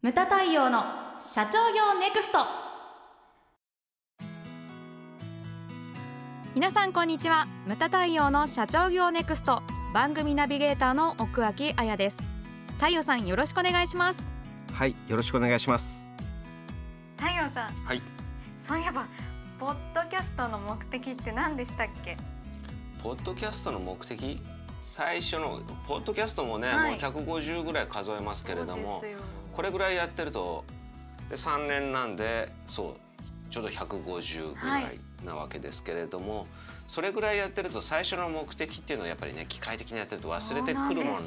ムタ太陽の社長業ネクスト。皆さんこんにちは。ムタ太陽の社長業ネクスト番組ナビゲーターの奥脇彩です。太陽さん、よろしくお願いします。 はい、よろしくお願いします。 太陽さん、 はい。 そういえばポッドキャストの目的って何でしたっけ？ ポッドキャストの目的、最初のポッドキャストもね、 はい、 もう150ぐらい数えますけれども、 そうですよ。 これぐらいやってるとで3年なんで、そうちょうど150ぐらいなわけですけれども、それぐらいやってると最初の目的っていうのはやっぱりね、機械的にやってると忘れてくるもんなんでね。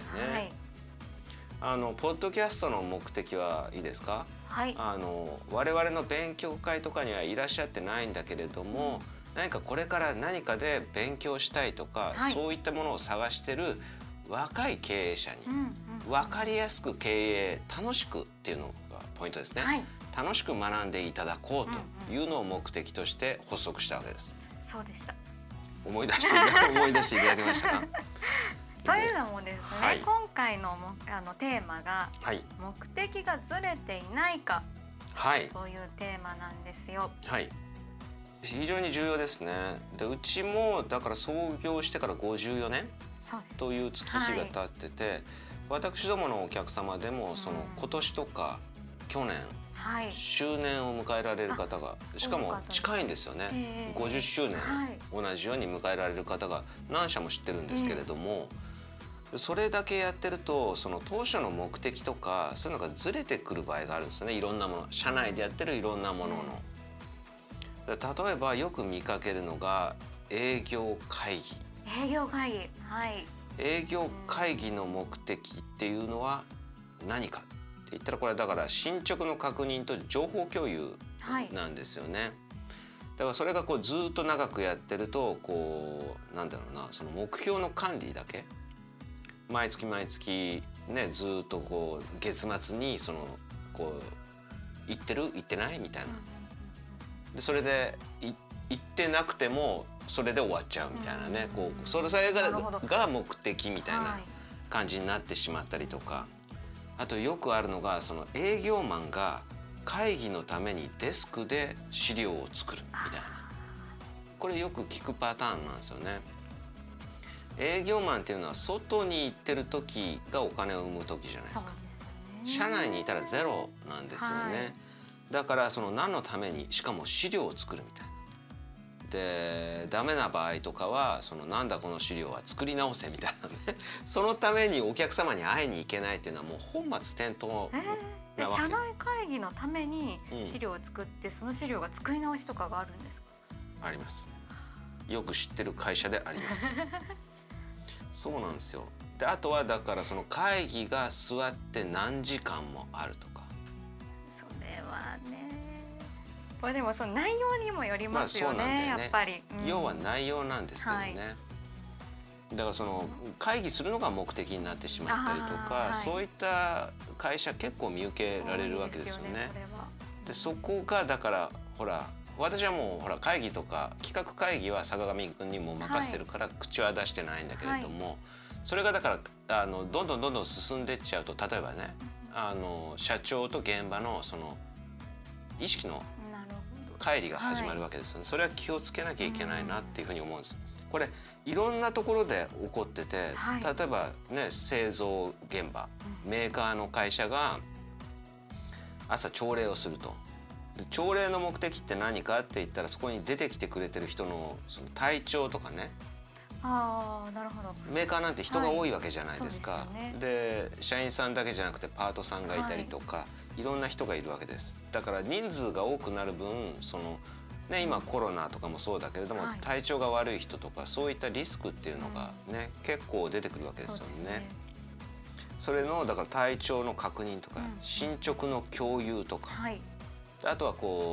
ポッドキャストの目的はいいですか？ はい。 我々の勉強会とかにはいらっしゃってないんだけれども、何かこれから何かで勉強したいとか、 はい、 そういったものを探してる若い経営者に、分かりやすく経営楽しくっていうのがポイントですね。はい、楽しく学んでいただこうというのを目的として発足したわけです。 そうでした。 思い出していただけましたか？ というのもですね、 はい、 今回のテーマが、はい、目的がずれていないか、はい、というテーマなんですよ。 はい、非常に重要ですね。で、うちもだから創業してから54年という月日が経ってて、はい、私どものお客様でも今年とか去年、はい、周年を迎えられる方が、しかも近いんですよね。50周年、はい、同じように迎えられる方が何社も知ってるんですけれども、それだけやってると当初の目的とかそういうのがずれてくる場合があるんですよね。いろんなもの、社内でやってるいろんなものの、例えばよく見かけるのが営業会議。 営業会議、はい。 営業会議の目的っていうのは何かって言ったら、これはだから進捗の確認と情報共有なんですよね。はい、だからそれがずっと長くやってるとなんだろうな、その目標の管理だけ毎月毎月ね、ずっと月末に行ってる行ってないみたいな。でそれで行ってなくてもそれで終わっちゃうみたいなね、それが目的みたいな感じになってしまったりとか、あとよくあるのが営業マンが会議のためにデスクで資料を作るみたいな、これよく聞くパターンなんですよね。営業マンっていうのは外に行ってる時がお金を生む時じゃないですか。そうですよね。社内にいたらゼロなんですよね。はい、だから何のために、しかも資料を作るみたいな。でダメな場合とかはなんだこの資料は作り直せみたいなねそのためにお客様に会いに行けないっていうのはもう本末転倒なわけ。 社内会議のために資料を作って、その資料が作り直しとかがあるんですか？ あります。よく知ってる会社でありますそうなんですよ。であとはだから会議が座って何時間もあるとか。それはね、でも内容にもよりますよね。そうなんだよね、やっぱり、 要は内容なんですけどね。はい、だから会議するのが目的になってしまったりとか、はい、そういった会社結構見受けられるわけですよね。でそこがだから私はもう会議とか企画会議は坂上くんにも任せてるから口は出してないんだけれども、はい、それがだからどんどん進んでいっちゃうと、例えばね、社長と現場の意識の乖離が始まるわけですよね。はい、それは気をつけなきゃいけないなっていうふうに思うんです。これいろんなところで起こってて、はい、例えばね、製造現場、メーカーの会社が朝朝礼をすると。朝礼の目的って何かって言ったら、そこに出てきてくれてる人の体調とかね。 なるほど。 メーカーなんて人が多いわけじゃないですか。はい、で社員さんだけじゃなくてパートさんがいたりとか、はい、いろんな人がいるわけです。だから人数が多くなる分今コロナとかもそうだけれども、はい、体調が悪い人とかそういったリスクっていうのがね、結構出てくるわけですよね。それのだから体調の確認とか、進捗の共有とか、はい、あとは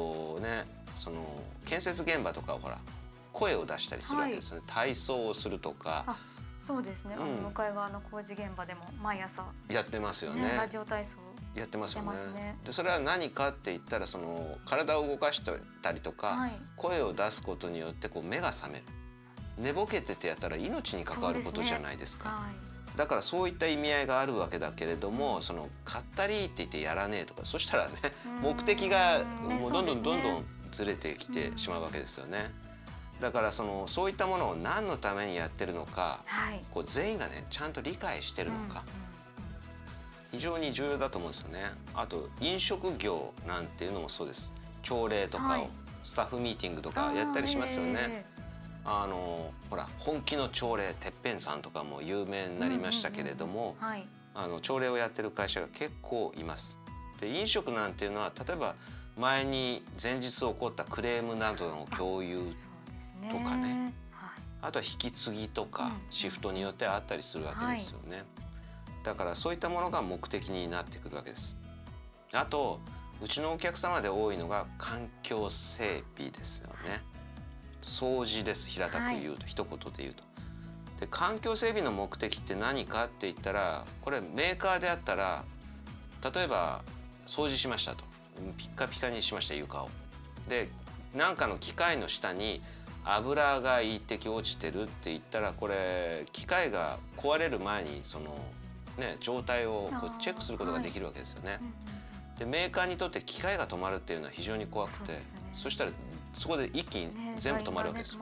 建設現場とか声を出したりするわけですよね。はい、体操をするとか。 そうですね。向かい側の工事現場でも毎朝やってますよね。 ラジオ体操やってますよね。でそれは何かって言ったら、体を動かしたりとか、はい、声を出すことによって目が覚める。寝ぼけててやったら命に関わることじゃないですか。 だからそういった意味合いがあるわけだけれども、その買ったりって言ってやらねえとか、そしたらね目的がもうどんどんずれてきてしまうわけですよね。だからそういったものを何のためにやってるのか、こう全員がねちゃんと理解してるのか、非常に重要だと思うんですよね。あと飲食業なんていうのもそうです。朝礼とかを、スタッフミーティングとかやったりしますよね。ほら本気の朝礼てっぺんさんとかも有名になりましたけれども、朝礼をやってる会社が結構います。で飲食なんていうのは例えば前日起こったクレームなどの共有とかね、あとは引き継ぎとかシフトによってあったりするわけですよね。だからそういったものが目的になってくるわけです。あとうちのお客様で多いのが環境整備ですよね。掃除です。平たく言うと、一言で言うと。で環境整備の目的って何かって言ったら、これメーカーであったら例えば掃除しましたと、ピッカピカにしました、床を。で何かの機械の下に油が一滴落ちてるって言ったら、これ機械が壊れる前に状態をこうチェックすることができるわけですよね。でメーカーにとって機械が止まるっていうのは非常に怖くて、そしたらそこで一気に全部止まるわけです。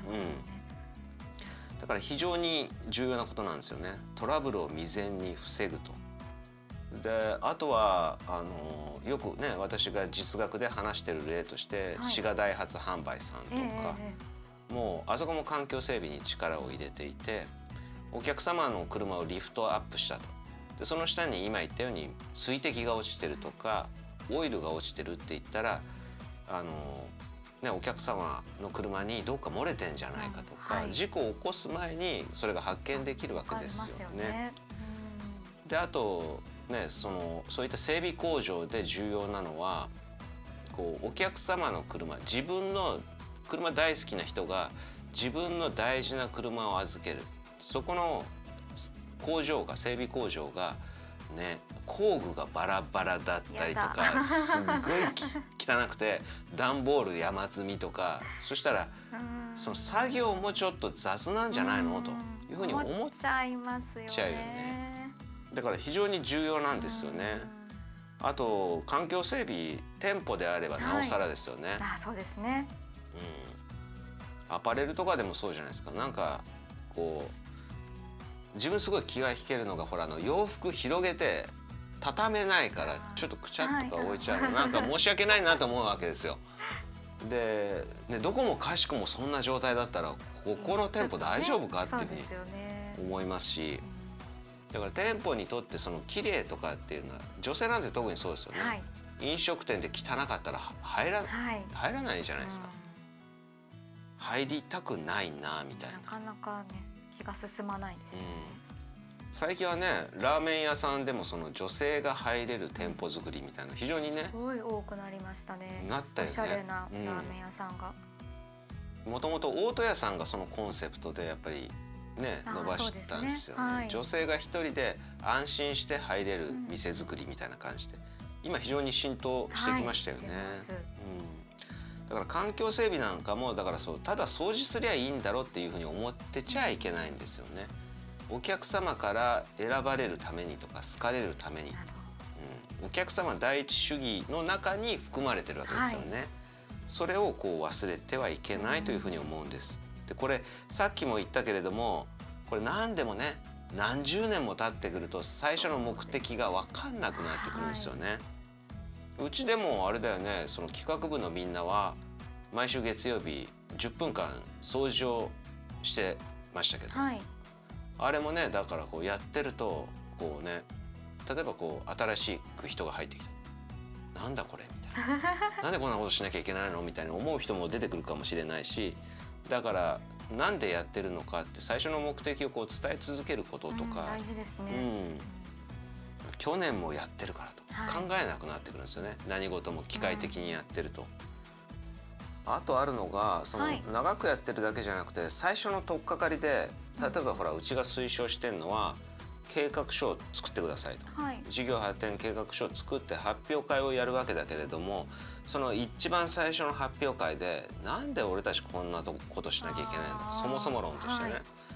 だから非常に重要なことなんですよね。トラブルを未然に防ぐと。であとはよくね私が実学で話してる例として、滋賀ダイハツ販売さんとか、もうあそこも環境整備に力を入れていて、お客様の車をリフトアップしたと。でその下に今言ったように水滴が落ちてるとかオイルが落ちてるって言ったらお客様の車にどっか漏れてんじゃないかとか、事故を起こす前にそれが発見できるわけですよね。であとそういった整備工場で重要なのは、こうお客様の車、自分の車大好きな人が自分の大事な車を預ける、そこの工場が整備工場がね工具がバラバラだったりとか、すっごい汚くて段ボール山積みとか、そしたらその作業もちょっと雑なんじゃないのというふうに思っちゃいますよね。だから非常に重要なんですよね。あと環境整備、店舗であればなおさらですよね。 そうですね。 アパレルとかでもそうじゃないですか。なんかこう自分すごい気が引けるのが、ほら洋服広げて畳めないからちょっとくちゃっとか置いちゃうの、なんか申し訳ないなと思うわけですよ。でどこもかしこもそんな状態だったらここの店舗大丈夫かっていうふうに思いますし、だから店舗にとって綺麗とかっていうのは、女性なんて特にそうですよね。飲食店で汚かったら入らないじゃないですか。入りたくないなみたいな。 なかなかね気が進まないですよね。 最近はねラーメン屋さんでも女性が入れる店舗作りみたいな、非常にねすごい多くなりましたね。 なったよね。 おしゃれなラーメン屋さんが。 もともと大戸屋さんがそのコンセプトでやっぱりね伸ばしたんですよね。女性が一人で安心して入れる店作りみたいな感じで、今非常に浸透してきましたよね。だから環境整備なんかもただ掃除すりゃいいんだろうっていうふうに思ってちゃいけないんですよね。お客様から選ばれるためにとか好かれるために、お客様第一主義の中に含まれてるわけですよね。それを忘れてはいけないというふうに思うんです。でこれさっきも言ったけれども、これ何でもね何十年も経ってくると最初の目的が分かんなくなってくるんですよね。うちでもあれだよね、企画部のみんなは毎週月曜日10分間掃除をしてましたけど、あれもねだからやってると例えば新しく人が入ってきた、なんだこれみたいななんでこんなことしなきゃいけないのみたいな思う人も出てくるかもしれないし、だからなんでやってるのかって最初の目的を伝え続けることとか、 大事ですね。 去年もやってるからと考えなくなってくるんですよね。何事も機械的にやってると。あとあるのが長くやってるだけじゃなくて、最初の取っかかりで例えばうちが推奨してるのは計画書を作ってくださいと、事業発展計画書を作って発表会をやるわけだけれども、その一番最初の発表会でなんで俺たちこんなことしなきゃいけないんだ、そもそも論としてね。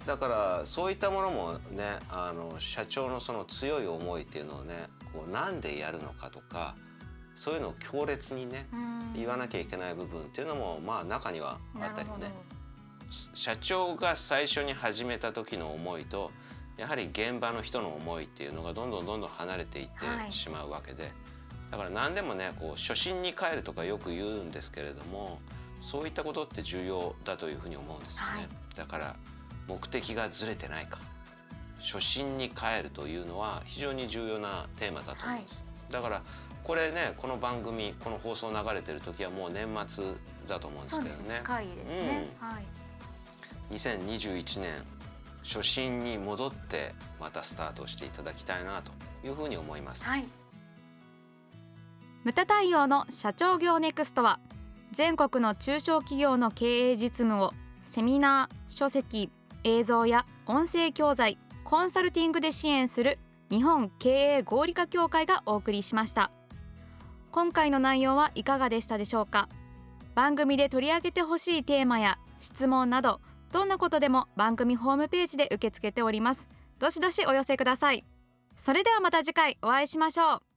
だからそういったものもね社長のその強い思いっていうのをねこうなんでやるのかとかそういうのを強烈にね言わなきゃいけない部分っていうのもまあ中にはあったりね。社長が最初に始めた時の思いとやはり現場の人の思いっていうのがどんどん離れていってしまうわけで、だから何でもねこう初心に帰るとかよく言うんですけれども、そういったことって重要だというふうに思うんですよね。だから目的がずれてないか、初心に帰るというのは非常に重要なテーマだと思います。だからこれねこの番組この放送流れてる時はもう年末だと思うんですけどね。 そうです、近いですね。 2021年初心に戻ってまたスタートしていただきたいなというふうに思います。 ムタ太陽の社長業ネクストは全国の中小企業の経営実務をセミナー、書籍、映像や音声教材、コンサルティングで支援する日本経営合理化協会がお送りしました。今回の内容はいかがでしたでしょうか。番組で取り上げてほしいテーマや質問などどんなことでも番組ホームページで受け付けております。どしどしお寄せください。それではまた次回お会いしましょう。